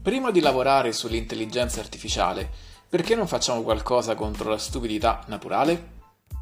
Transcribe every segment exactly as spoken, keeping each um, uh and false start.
Prima di lavorare sull'intelligenza artificiale, perché non facciamo qualcosa contro la stupidità naturale?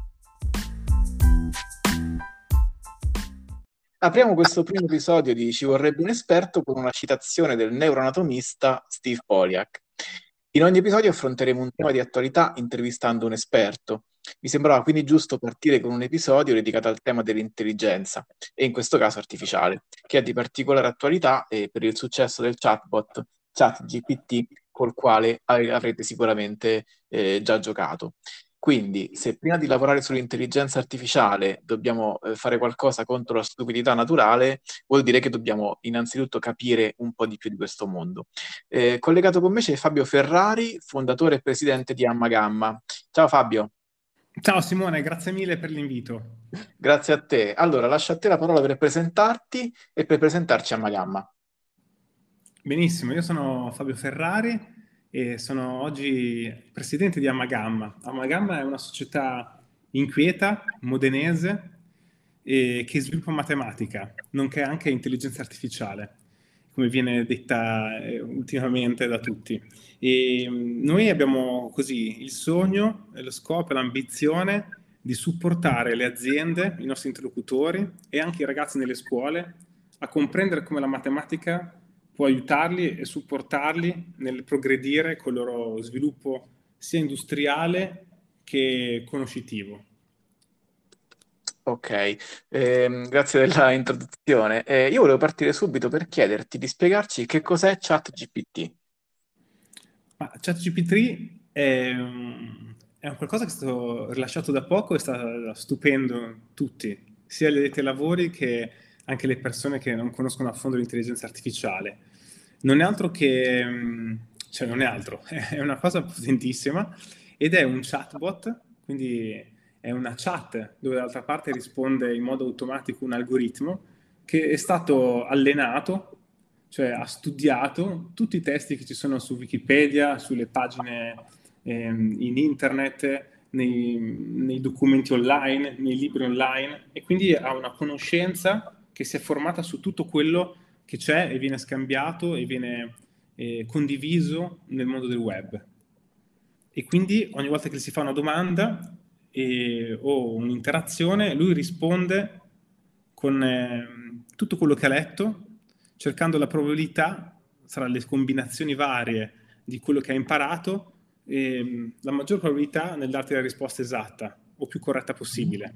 Apriamo questo primo episodio di Ci vorrebbe un esperto con una citazione del neuroanatomista Steve Poliak. In ogni episodio affronteremo un tema di attualità intervistando un esperto. Mi sembrava quindi giusto partire con un episodio dedicato al tema dell'intelligenza, e in questo caso artificiale, che è di particolare attualità eh, per il successo del chatbot ChatGPT, col quale ave- avrete sicuramente eh, già giocato. Quindi, se prima di lavorare sull'intelligenza artificiale dobbiamo eh, fare qualcosa contro la stupidità naturale, vuol dire che dobbiamo innanzitutto capire un po' di più di questo mondo. Eh, collegato con me c'è Fabio Ferrari, fondatore e presidente di Amma Gamma. Ciao Fabio. Ciao Simone, grazie mille per l'invito. Grazie a te. Allora, lascio a te la parola per presentarti e per presentarci Amma Gamma. Benissimo, io sono Fabio Ferrari e sono oggi presidente di Amagamma. Amagamma è una società inquieta, modenese, e che sviluppa matematica, nonché anche intelligenza artificiale, come viene detta eh, ultimamente da tutti. E mh, noi abbiamo così il sogno, e lo scopo e l'ambizione di supportare le aziende, i nostri interlocutori e anche i ragazzi nelle scuole a comprendere come la matematica può aiutarli e supportarli nel progredire con il loro sviluppo sia industriale che conoscitivo. Ok, ehm, grazie della introduzione. Eh, io volevo partire subito per chiederti di spiegarci che cos'è ChatGPT. Ma ChatGPT è, un- è un qualcosa che è stato rilasciato da poco e sta stupendo tutti, sia gli addetti ai lavori che anche le persone che non conoscono a fondo l'intelligenza artificiale. Non è altro che, mm, cioè non è altro, è una cosa potentissima ed è un chatbot, quindi è una chat dove dall'altra parte risponde in modo automatico un algoritmo che è stato allenato, cioè ha studiato tutti i testi che ci sono su Wikipedia, sulle pagine ehm, in internet, nei, nei documenti online, nei libri online, e quindi ha una conoscenza che si è formata su tutto quello che c'è e viene scambiato e viene eh, condiviso nel mondo del web. E quindi ogni volta che si fa una domanda e- o un'interazione, lui risponde con ehm, tutto quello che ha letto, cercando la probabilità tra le combinazioni varie di quello che ha imparato, ehm, la maggior probabilità nel darti la risposta esatta o più corretta possibile.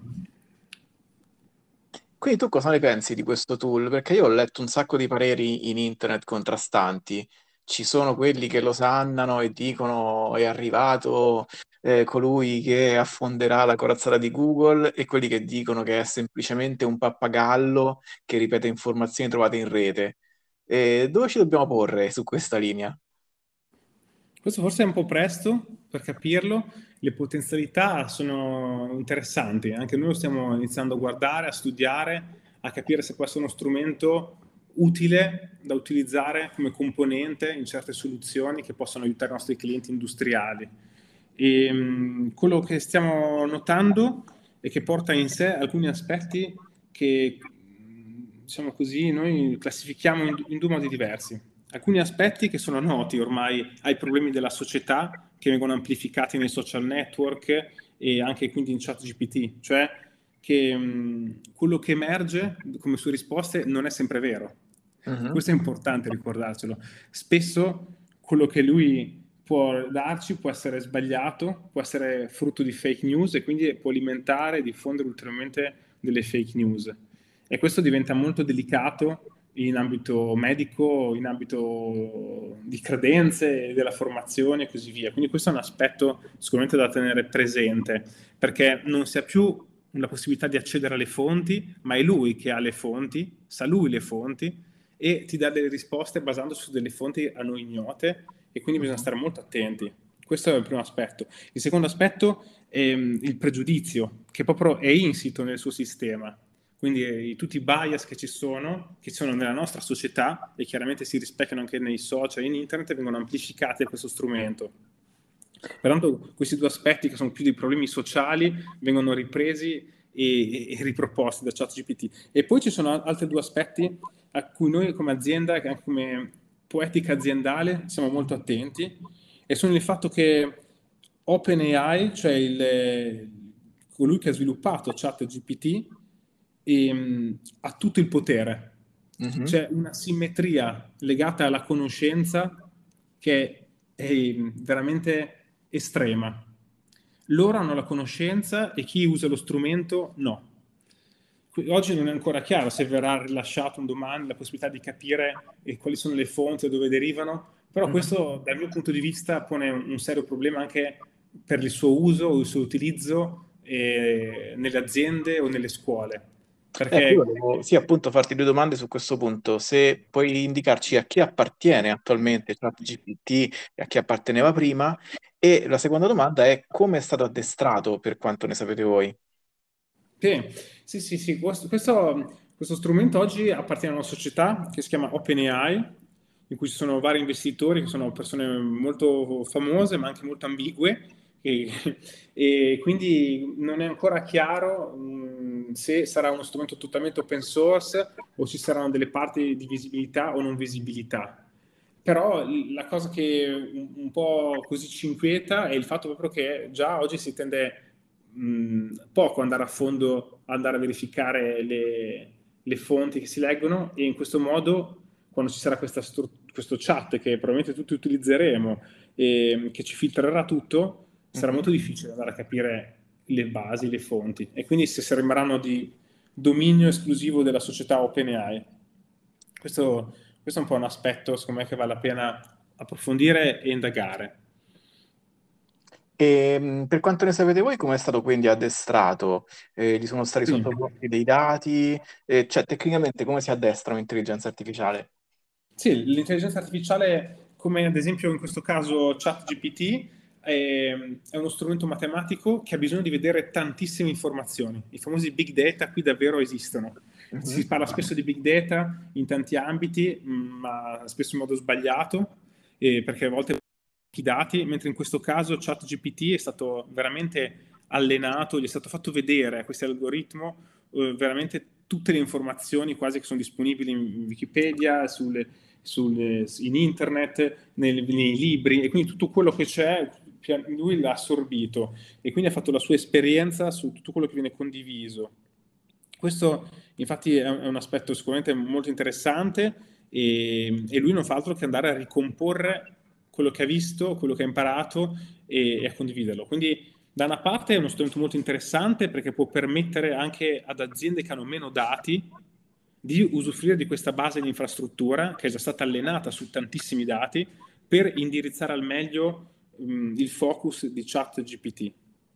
Quindi tu cosa ne pensi di questo tool? Perché io ho letto un sacco di pareri in internet contrastanti. Ci sono quelli che lo sannano e dicono è arrivato eh, colui che affonderà la corazzata di Google, e quelli che dicono che è semplicemente un pappagallo che ripete informazioni trovate in rete. Eh, dove ci dobbiamo porre su questa linea? Questo forse è un po' presto per capirlo, le potenzialità sono interessanti, anche noi lo stiamo iniziando a guardare, a studiare, a capire se può essere uno strumento utile da utilizzare come componente in certe soluzioni che possono aiutare i nostri clienti industriali. E, mh, quello che stiamo notando è che porta in sé alcuni aspetti che, mh, diciamo così, noi classifichiamo in, in due modi diversi. Alcuni aspetti che sono noti ormai ai problemi della società, che vengono amplificati nei social network e anche quindi in ChatGPT, cioè che mh, quello che emerge come sue risposte non è sempre vero. Mhm. Questo è importante ricordarcelo. Spesso quello che lui può darci può essere sbagliato, può essere frutto di fake news e quindi può alimentare e diffondere ulteriormente delle fake news. E questo diventa molto delicato in ambito medico, in ambito di credenze, della formazione e così via. Quindi questo è un aspetto sicuramente da tenere presente, perché non si ha più la possibilità di accedere alle fonti, ma è lui che ha le fonti, sa lui le fonti e ti dà delle risposte basandosi su delle fonti a noi ignote, e quindi bisogna Mhm. stare molto attenti. Questo è il primo aspetto. Il secondo aspetto è il pregiudizio, che proprio è insito nel suo sistema. Quindi eh, tutti i bias che ci sono, che ci sono nella nostra società e chiaramente si rispecchiano anche nei social e in internet, vengono amplificati da questo strumento. Pertanto questi due aspetti, che sono più dei problemi sociali, vengono ripresi e, e riproposti da ChatGPT. E poi ci sono altri due aspetti a cui noi come azienda e anche come po' etica aziendale, siamo molto attenti, e sono il fatto che OpenAI, cioè il, colui che ha sviluppato ChatGPT, ehm, ha tutto il potere. Mhm. C'è una simmetria legata alla conoscenza che è veramente estrema. Loro hanno la conoscenza e chi usa lo strumento no. Oggi non è ancora chiaro se verrà rilasciato un domani la possibilità di capire eh, quali sono le fonti, da dove derivano, però Mhm. questo dal mio punto di vista pone un, un serio problema anche per il suo uso o il suo utilizzo eh, nelle aziende o nelle scuole. Ecco, io Perché volevo sì, appunto farti due domande su questo punto. Se puoi indicarci a chi appartiene attualmente ChatGPT e a chi apparteneva prima, e la seconda domanda è come è stato addestrato per quanto ne sapete voi. sì, sì, sì, sì. Questo, questo- questo strumento oggi appartiene a una società che si chiama OpenAI, in cui ci sono vari investitori che sono persone molto famose ma anche molto ambigue e, e quindi non è ancora chiaro mh, se sarà uno strumento totalmente open source o ci saranno delle parti di visibilità o non visibilità. Però l- la cosa che un, un po' così ci inquieta è il fatto proprio che già oggi si tende mh, poco andare a fondo, andare a verificare le, le fonti che si leggono e in questo modo, quando ci sarà questa stru- questo chat che probabilmente tutti utilizzeremo e che ci filtrerà tutto, sarà Mhm. molto difficile andare a capire le basi, le fonti e quindi se rimarranno di dominio esclusivo della società OpenAI. Questo, questo è un po' un aspetto, secondo me, che vale la pena approfondire e indagare. E mh, per quanto ne sapete voi, come è stato quindi addestrato? Eh, gli sono stati Sì. sottoposti dei dati? Eh, cioè, tecnicamente come si addestra un'intelligenza artificiale? Sì, l'intelligenza artificiale, come ad esempio in questo caso ChatGPT, è, è uno strumento matematico che ha bisogno di vedere tantissime informazioni. I famosi big data qui davvero esistono. Si Mhm. parla spesso di big data in tanti ambiti, mh, ma spesso in modo sbagliato, eh, perché a volte i dati, mentre in questo caso ChatGPT è stato veramente allenato, gli è stato fatto vedere a questo algoritmo eh, veramente tutte le informazioni quasi che sono disponibili in Wikipedia, sulle, sulle, in internet, nei, nei libri, e quindi tutto quello che c'è lui l'ha assorbito e quindi ha fatto la sua esperienza su tutto quello che viene condiviso. Questo infatti è un aspetto sicuramente molto interessante e, e lui non fa altro che andare a ricomporre quello che ha visto, quello che ha imparato e, e a condividerlo. Quindi da una parte è uno strumento molto interessante perché può permettere anche ad aziende che hanno meno dati di usufruire di questa base di infrastruttura che è già stata allenata su tantissimi dati per indirizzare al meglio mh, il focus di ChatGPT.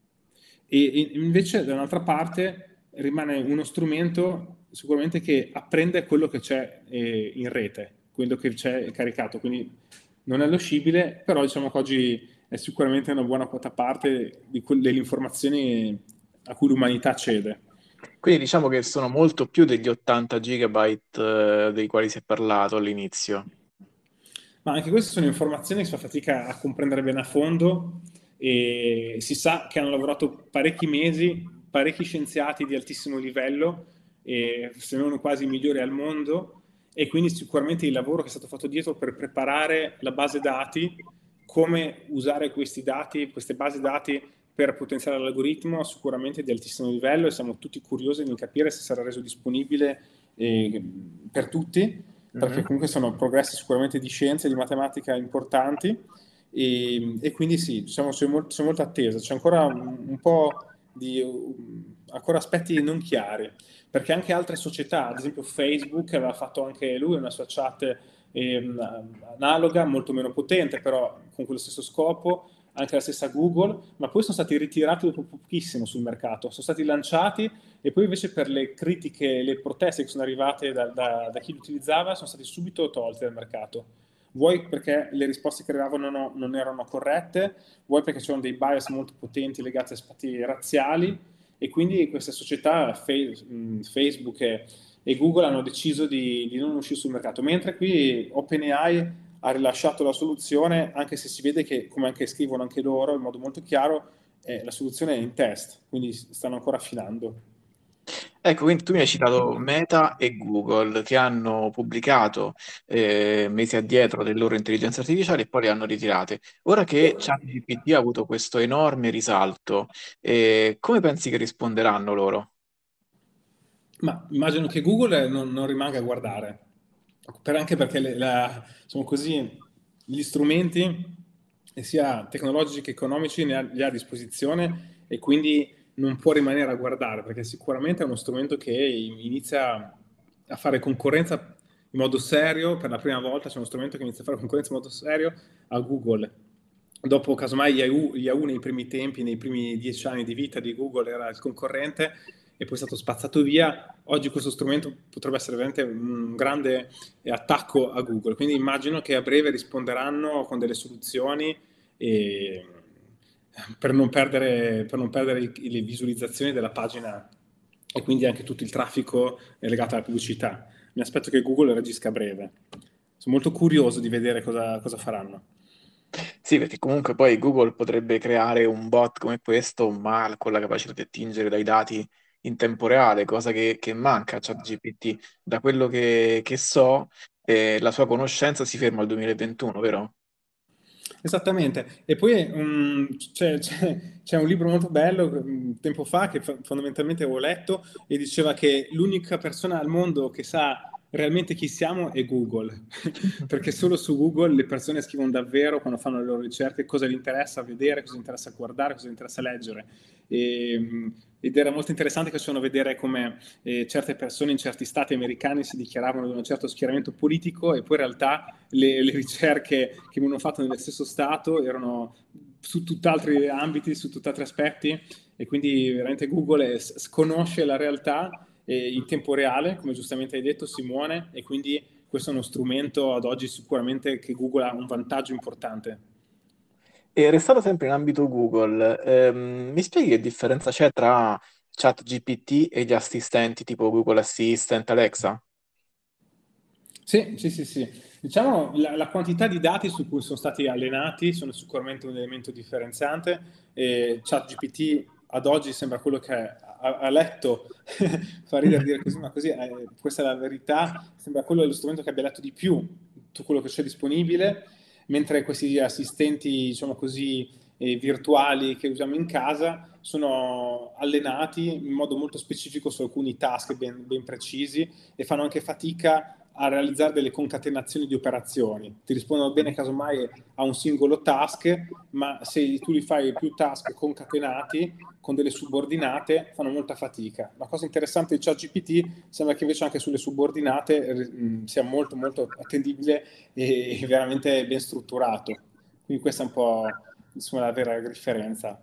E, e invece da un'altra parte rimane uno strumento sicuramente che apprende quello che c'è eh, in rete, quello che c'è caricato, quindi non è lo scibile, però diciamo che oggi è sicuramente una buona quota parte di que- delle informazioni a cui l'umanità cede. Quindi diciamo che sono molto più degli ottanta gigabyte eh, dei quali si è parlato all'inizio. Ma anche queste sono informazioni che si fa fatica a comprendere bene a fondo e si sa che hanno lavorato parecchi mesi, parecchi scienziati di altissimo livello, e se non quasi i migliori al mondo, e quindi sicuramente il lavoro che è stato fatto dietro per preparare la base dati, come usare questi dati, queste basi dati per potenziare l'algoritmo, sicuramente di altissimo livello e siamo tutti curiosi di capire se sarà reso disponibile eh, per tutti perché Mhm. comunque sono progressi sicuramente di scienza e di matematica importanti e, e quindi sì, diciamo, c'è, molto, c'è molta attesa, c'è ancora un, un po' di um, ancora aspetti non chiari, perché anche altre società, ad esempio Facebook aveva fatto anche lui una sua chat ehm, analoga, molto meno potente, però con quello stesso scopo, anche la stessa Google, ma poi sono stati ritirati dopo pochissimo sul mercato, sono stati lanciati e poi invece per le critiche, le proteste che sono arrivate da, da, da chi li utilizzava sono stati subito tolti dal mercato. Vuoi perché le risposte che arrivavano no, non erano corrette, vuoi perché c'erano dei bias molto potenti legati a aspetti razziali e quindi queste società, Facebook e, e Google, hanno deciso di, di non uscire sul mercato, mentre qui OpenAI ha rilasciato la soluzione, anche se si vede che, come anche scrivono anche loro in modo molto chiaro, eh, la soluzione è in test, quindi stanno ancora affinando. Ecco, quindi tu mi hai citato Meta e Google che hanno pubblicato eh, mesi addietro le loro intelligenze artificiali e poi le hanno ritirate. Ora che ChatGPT ha avuto questo enorme risalto, eh, come pensi che risponderanno loro? Ma immagino che Google non, non rimanga a guardare, per- anche perché le- la- sono così gli strumenti, eh, sia tecnologici che economici, ne ha, li ha a disposizione e quindi non può rimanere a guardare, perché sicuramente è uno strumento che inizia a fare concorrenza in modo serio, per la prima volta c'è uno strumento che inizia a fare concorrenza in modo serio a Google. Dopo, casomai, Yahoo, Yahoo nei primi tempi, nei primi dieci anni di vita di Google era il concorrente e poi è stato spazzato via. Oggi questo strumento potrebbe essere veramente un grande attacco a Google, quindi immagino che a breve risponderanno con delle soluzioni e- per non perdere, per non perdere i- le visualizzazioni della pagina e quindi anche tutto il traffico legato alla pubblicità. Mi aspetto che Google reagisca a breve. Sono molto curioso di vedere cosa, cosa faranno. Sì, perché comunque poi Google potrebbe creare un bot come questo, ma con la capacità di attingere dai dati in tempo reale, cosa che, che manca a ChatGPT. Da quello che, che so, eh, la sua conoscenza si ferma al duemilaventuno, vero? Esattamente, e poi um, c'è, c'è- c'è un libro molto bello um, tempo fa che fa- fondamentalmente avevo letto e diceva che l'unica persona al mondo che sa realmente chi siamo è Google, perché solo su Google le persone scrivono davvero quando fanno le loro ricerche cosa gli interessa vedere, cosa gli interessa guardare, cosa gli interessa leggere. E, um, ed era molto interessante che facevano vedere come eh, certe persone in certi stati americani si dichiaravano di un certo schieramento politico e poi in realtà le, le ricerche che venivano fatte nello stesso Stato erano su tutt'altri ambiti, su tutt'altri aspetti e quindi veramente Google è, conosce la realtà eh, in tempo reale, come giustamente hai detto Simone, e quindi questo è uno strumento ad oggi sicuramente che Google ha un vantaggio importante. E restando sempre in ambito Google, ehm, mi spieghi che differenza c'è tra ChatGPT e gli assistenti tipo Google Assistant, Alexa? Sì, sì, sì, sì. Diciamo la, la quantità di dati su cui sono stati allenati sono sicuramente un elemento differenziante. E ChatGPT ad oggi sembra quello che ha, ha letto, fa ridere dire così, ma così eh, questa è la verità. Sembra quello lo strumento che abbia letto di più tutto quello che c'è disponibile, mentre questi assistenti, diciamo così, eh, virtuali che usiamo in casa sono allenati in modo molto specifico su alcuni task ben, ben precisi e fanno anche fatica a realizzare delle concatenazioni di operazioni. Ti rispondono bene casomai a un singolo task, ma se tu li fai più task concatenati con delle subordinate fanno molta fatica. La cosa interessante di ChatGPT sembra che invece anche sulle subordinate mh, sia molto molto attendibile e veramente ben strutturato. Quindi questa è un po' insomma, la vera differenza.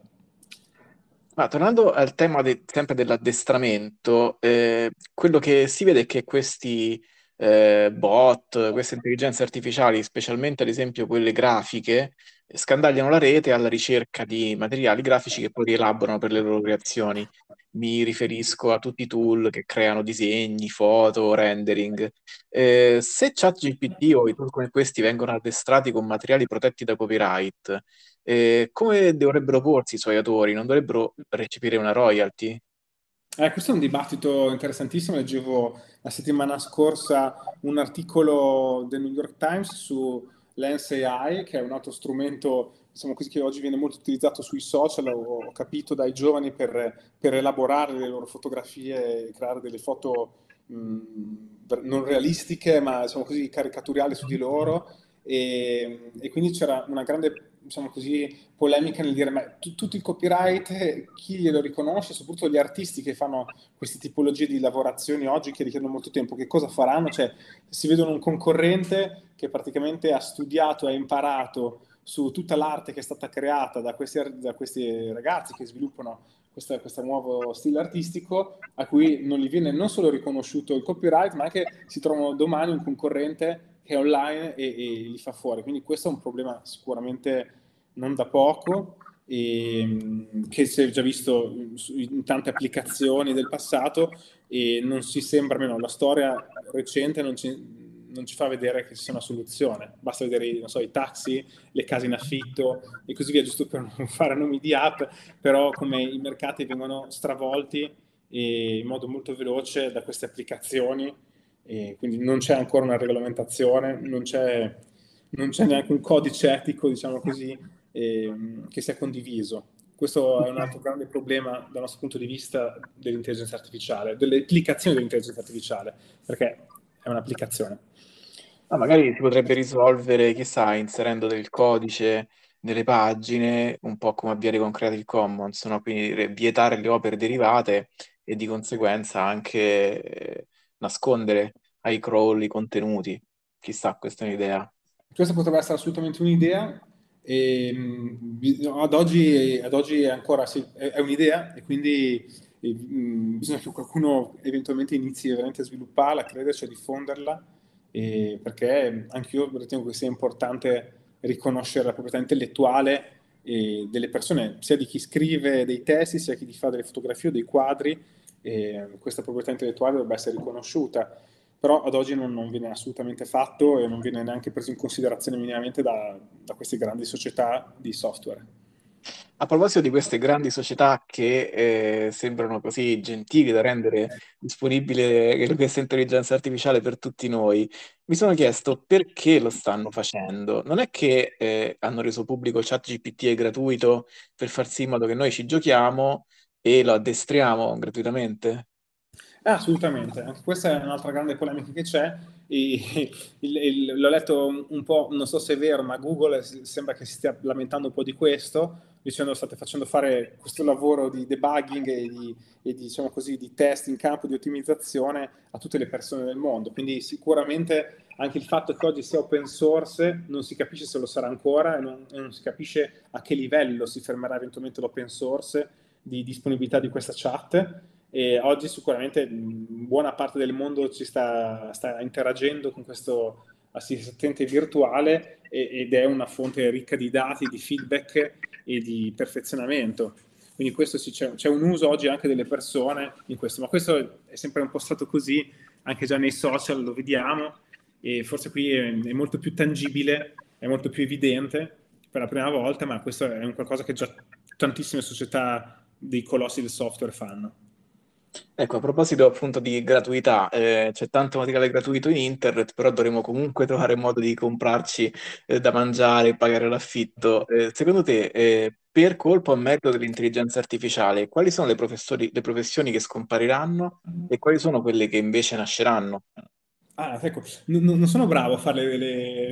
Ma tornando al tema de- sempre dell'addestramento, eh, quello che si vede è che questi eh, bot, queste intelligenze artificiali, specialmente ad esempio quelle grafiche, scandagliano la rete alla ricerca di materiali grafici che poi rielaborano per le loro creazioni. Mi riferisco a tutti i tool che creano disegni, foto, rendering. Eh, se ChatGPT o i tool come questi vengono addestrati con materiali protetti da copyright, eh, come dovrebbero porsi i suoi autori? Non dovrebbero recepire una royalty? Eh, questo è un dibattito interessantissimo. Leggevo la settimana scorsa un articolo del New York Times su Lens A I, che è un altro strumento, diciamo così, che oggi viene molto utilizzato sui social, ho, ho capito, dai giovani per, per elaborare le loro fotografie e creare delle foto mh, non realistiche, ma diciamo così, caricaturali su di loro. E, e quindi c'era una grande, diciamo così, polemica nel dire ma tu- tutto il copyright eh, chi glielo riconosce, soprattutto gli artisti che fanno queste tipologie di lavorazioni oggi che richiedono molto tempo, che cosa faranno? Cioè, si vedono un concorrente che praticamente ha studiato, ha imparato su tutta l'arte che è stata creata da questi, ar- da questi ragazzi che sviluppano questa- questo nuovo stile artistico, a cui non gli viene non solo riconosciuto il copyright, ma anche si trovano domani un concorrente che è online e, e li fa fuori. Quindi questo è un problema sicuramente non da poco, e, che si è già visto in tante applicazioni del passato e non si sembra, almeno la storia recente non ci, non ci fa vedere che ci sia una soluzione. Basta vedere non so, i taxi, le case in affitto e così via, giusto per non fare nomi di app, però come i mercati vengono stravolti e in modo molto veloce da queste applicazioni, e quindi non c'è ancora una regolamentazione, non c'è, non c'è neanche un codice etico, diciamo così, ehm, che sia condiviso. Questo è un altro grande problema dal nostro punto di vista dell'intelligenza artificiale, delle applicazioni dell'intelligenza artificiale, perché è un'applicazione. Ma magari si potrebbe risolvere, chissà, inserendo del codice nelle pagine, un po' come avviene con Creative Commons, no? Quindi re- vietare le opere derivate e di conseguenza anche eh, nascondere ai crawl i contenuti. Chissà, questa è un'idea. Questa potrebbe essere assolutamente un'idea, e, mh, bi- ad oggi, ad oggi è ancora sì, è, è un'idea e quindi e, mh, bisogna che qualcuno eventualmente inizi veramente a svilupparla, a crederci, a diffonderla, e- perché anch'io ritengo che sia importante riconoscere la proprietà intellettuale e delle persone, sia di chi scrive dei testi, sia di chi fa delle fotografie o dei quadri, e questa proprietà intellettuale dovrebbe essere riconosciuta, però ad oggi non, non viene assolutamente fatto e non viene neanche preso in considerazione minimamente da, da queste grandi società di software. A proposito di queste grandi società che eh, sembrano così gentili da rendere disponibile questa intelligenza artificiale per tutti noi, mi sono chiesto perché lo stanno facendo. Non è che eh, hanno reso pubblico ChatGPT è gratuito per far sì in modo che noi ci giochiamo e lo addestriamo gratuitamente? Eh, assolutamente, anche questa è un'altra grande polemica che c'è. E- il- il- l'ho letto un, un po', non so se è vero, ma Google s- sembra che si stia lamentando un po' di questo, dicendo state facendo fare questo lavoro di debugging e di, e di, diciamo così, di test in campo, di ottimizzazione a tutte le persone del mondo. Quindi sicuramente anche il fatto che oggi sia open source non si capisce se lo sarà ancora e non, e non si capisce a che livello si fermerà eventualmente l'open source di disponibilità di questa chat. E oggi sicuramente mh, buona parte del mondo ci sta, sta interagendo con questo assistente virtuale e- ed è una fonte ricca di dati, di feedback e di perfezionamento. Quindi questo sì, c'è, c'è un uso oggi anche delle persone in questo, ma questo è sempre un po' stato così, anche già nei social lo vediamo e forse qui è, è molto più tangibile, è molto più evidente per la prima volta, ma questo è un qualcosa che già tantissime società dei colossi del software fanno. Ecco, a proposito appunto di gratuità, eh, c'è tanto materiale gratuito in internet, però dovremo comunque trovare modo di comprarci eh, da mangiare, pagare l'affitto. Eh, secondo te, eh, per colpa o merito dell'intelligenza artificiale, quali sono le professori- le professioni che scompariranno e quali sono quelle che invece nasceranno? Ah, ecco, non, non sono bravo a fare le, le-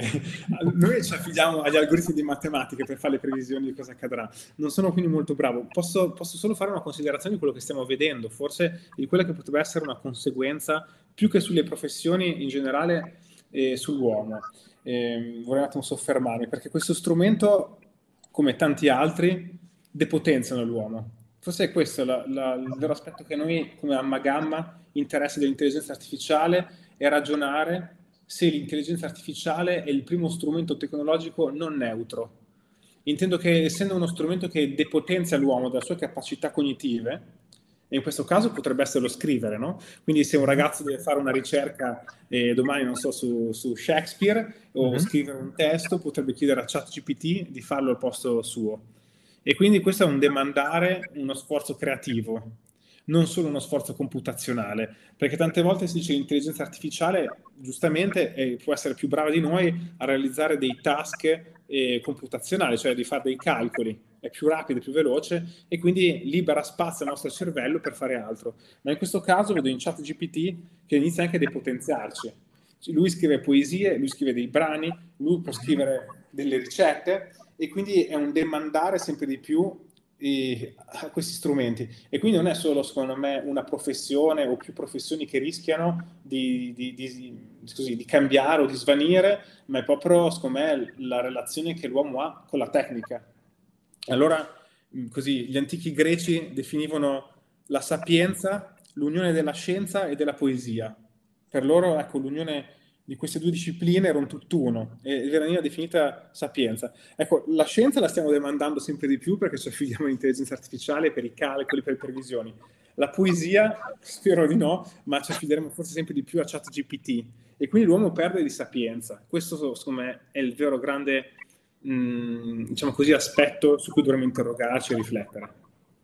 Noi ci affidiamo agli algoritmi di matematica per fare le previsioni di cosa accadrà. Non sono quindi molto bravo. Posso, posso solo fare una considerazione di quello che stiamo vedendo, forse di quella che potrebbe essere una conseguenza più che sulle professioni in generale e sull'uomo. Eh, vorrei un attimo soffermarmi, perché questo strumento, come tanti altri, depotenziano l'uomo. Forse è questo la- la- il vero aspetto che noi, come Amma Gamma, interessa dell'intelligenza artificiale è ragionare se l'intelligenza artificiale è il primo strumento tecnologico non neutro. Intendo che essendo uno strumento che depotenzia l'uomo dalle sue capacità cognitive, e in questo caso potrebbe essere lo scrivere, no? Quindi se un ragazzo deve fare una ricerca eh, domani, non so, su, su Shakespeare o Mhm. scrivere un testo, potrebbe chiedere a ChatGPT di farlo al posto suo. E quindi questo è un demandare uno sforzo creativo, non solo uno sforzo computazionale, perché tante volte si dice che l'intelligenza artificiale giustamente eh, può essere più brava di noi a realizzare dei task eh, computazionali, cioè di fare dei calcoli, è più rapido, più veloce e quindi libera spazio al nostro cervello per fare altro. Ma in questo caso vedo in chat G P T che inizia anche a depotenziarci. Lui scrive poesie, lui scrive dei brani, lui può scrivere delle ricette e quindi è un demandare sempre di più eh, a questi strumenti. E quindi non è solo, secondo me, una professione o più professioni che rischiano di, di, di, così, di cambiare o di svanire, ma è proprio, secondo me, la relazione che l'uomo ha con la tecnica. Allora, mh, così, gli antichi greci definivano la sapienza l'unione della scienza e della poesia. Per loro, ecco, l'unione di queste due discipline era un tutt'uno e veniva definita sapienza. Ecco, la scienza la stiamo demandando sempre di più perché ci affidiamo all'intelligenza artificiale per i calcoli, per le previsioni. La poesia, spero di no, ma ci affideremo forse sempre di più a ChatGPT e quindi l'uomo perde di sapienza. Questo, secondo me, è il vero grande, mh, diciamo così, aspetto su cui dovremmo interrogarci e riflettere.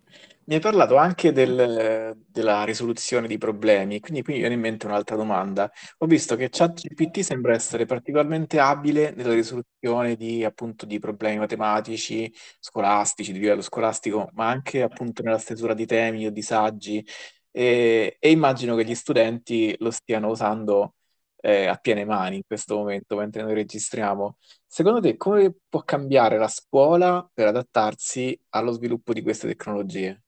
Mi hai parlato anche del- della risoluzione di problemi, quindi qui mi viene in mente un'altra domanda. Ho visto che ChatGPT sembra essere particolarmente abile nella risoluzione di, appunto, di problemi matematici, scolastici, di livello scolastico, ma anche appunto nella stesura di temi o di saggi e, e immagino che gli studenti lo stiano usando eh, a piene mani in questo momento mentre noi registriamo. Secondo te, come può cambiare la scuola per adattarsi allo sviluppo di queste tecnologie?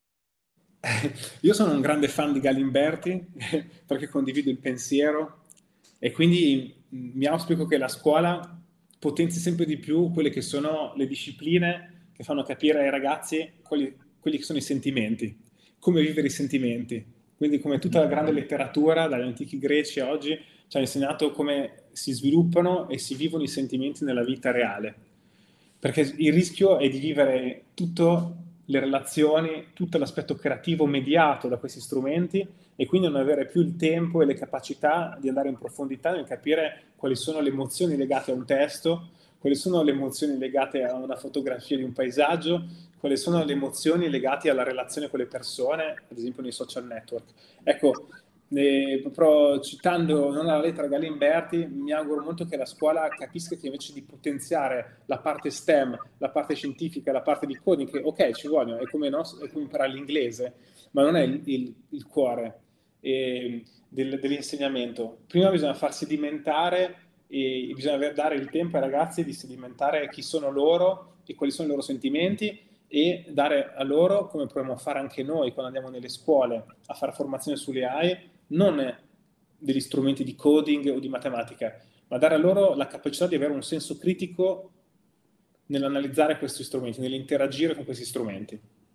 Io sono un grande fan di Galimberti perché condivido il pensiero e quindi mh, mi auspico che la scuola potenzi sempre di più quelle che sono le discipline che fanno capire ai ragazzi quelli, quelli che sono i sentimenti, come vivere i sentimenti. Quindi come tutta la grande letteratura, dagli antichi greci a oggi, ci ha insegnato come si sviluppano e si vivono i sentimenti nella vita reale. Perché il rischio è di vivere tutte le relazioni, tutto l'aspetto creativo mediato da questi strumenti e quindi non avere più il tempo e le capacità di andare in profondità nel capire quali sono le emozioni legate a un testo, quali sono le emozioni legate a una fotografia di un paesaggio, quali sono le emozioni legate alla relazione con le persone, ad esempio nei social network. Ecco, eh, proprio citando non la lettera Galimberti, mi auguro molto che la scuola capisca che invece di potenziare la parte STEM, la parte scientifica, la parte di coding, che ok, ci vogliono, è come, no, è come imparare l'inglese, ma non è il, il, il cuore eh, del, dell'insegnamento. Prima bisogna far sedimentare e bisogna dare il tempo ai ragazzi di sedimentare chi sono loro e quali sono i loro sentimenti e dare a loro, come proviamo a fare anche noi quando andiamo nelle scuole a fare formazione sulle A I, non degli strumenti di coding o di matematica, ma dare a loro la capacità di avere un senso critico nell'analizzare questi strumenti, nell'interagire con questi strumenti.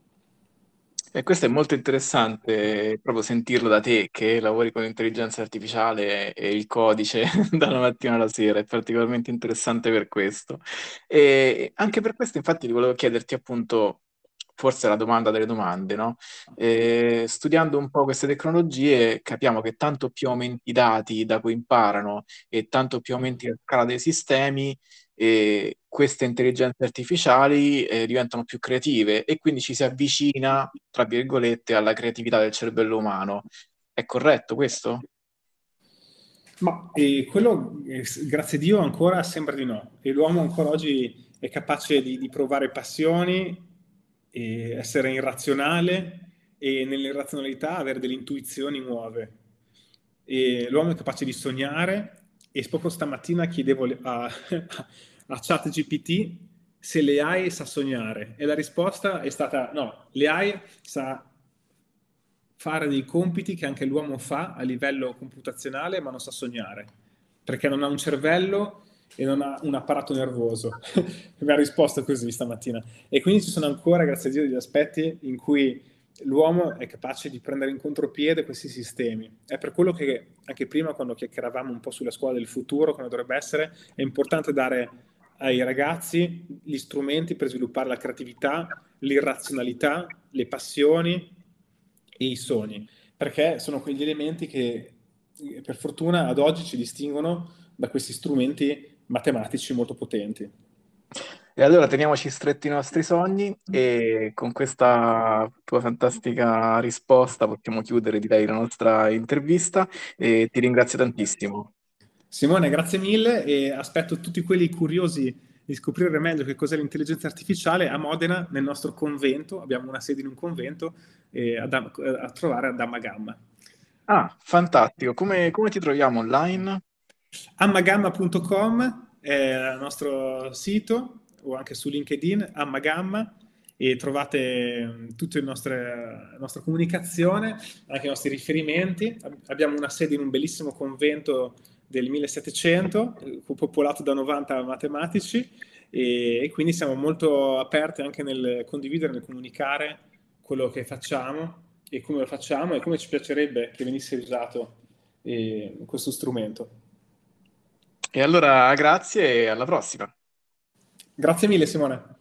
E questo è molto interessante proprio sentirlo da te che lavori con l'intelligenza artificiale e il codice dalla mattina alla sera, è particolarmente interessante per questo. E anche per questo, infatti, volevo chiederti appunto, forse la domanda delle domande, no? Eh, studiando un po' queste tecnologie, capiamo che tanto più aumenti i dati da cui imparano e tanto più aumenti la scala dei sistemi, e queste intelligenze artificiali eh, diventano più creative e quindi ci si avvicina, tra virgolette, alla creatività del cervello umano. È corretto questo? Ma e quello, eh, grazie a Dio, ancora sembra di no. E l'uomo ancora oggi è capace di, di provare passioni, e essere irrazionale e nell'irrazionalità avere delle intuizioni nuove. E l'uomo è capace di sognare e proprio stamattina chiedevo le- a, a ChatGPT se l'A I sa sognare e la risposta è stata no, l'A I sa fare dei compiti che anche l'uomo fa a livello computazionale, ma non sa sognare, perché non ha un cervello e non ha un apparato nervoso. Mi ha risposto così stamattina. E quindi ci sono ancora, grazie a Dio, degli aspetti in cui l'uomo è capace di prendere in contropiede questi sistemi. È per quello che anche prima, quando chiacchieravamo un po' sulla scuola del futuro, come dovrebbe essere, è importante dare ai ragazzi gli strumenti per sviluppare la creatività, l'irrazionalità, le passioni e i sogni, perché sono quegli elementi che eh, per fortuna ad oggi ci distinguono da questi strumenti matematici molto potenti. E allora teniamoci stretti i nostri sogni e con questa tua fantastica risposta possiamo chiudere, direi, la nostra intervista e ti ringrazio tantissimo. Simone, grazie mille e aspetto tutti quelli curiosi di scoprire meglio che cos'è l'intelligenza artificiale a Modena, nel nostro convento. Abbiamo una sede in un convento eh, a, Dam- a trovare a Damma Gamma. Ah, fantastico. Come, come ti troviamo online? ammagamma punto com è il nostro sito o anche su LinkedIn, Ammagamma, e trovate mm, tutta il nostre- la nostra comunicazione, anche i nostri riferimenti. Ab- Abbiamo una sede in un bellissimo convento del millesettecento, eh, popolato da novanta matematici, e, e quindi siamo molto aperti anche nel condividere, nel comunicare quello che facciamo e come lo facciamo e come ci piacerebbe che venisse usato eh, questo strumento. E allora grazie e alla prossima. Grazie mille Simone.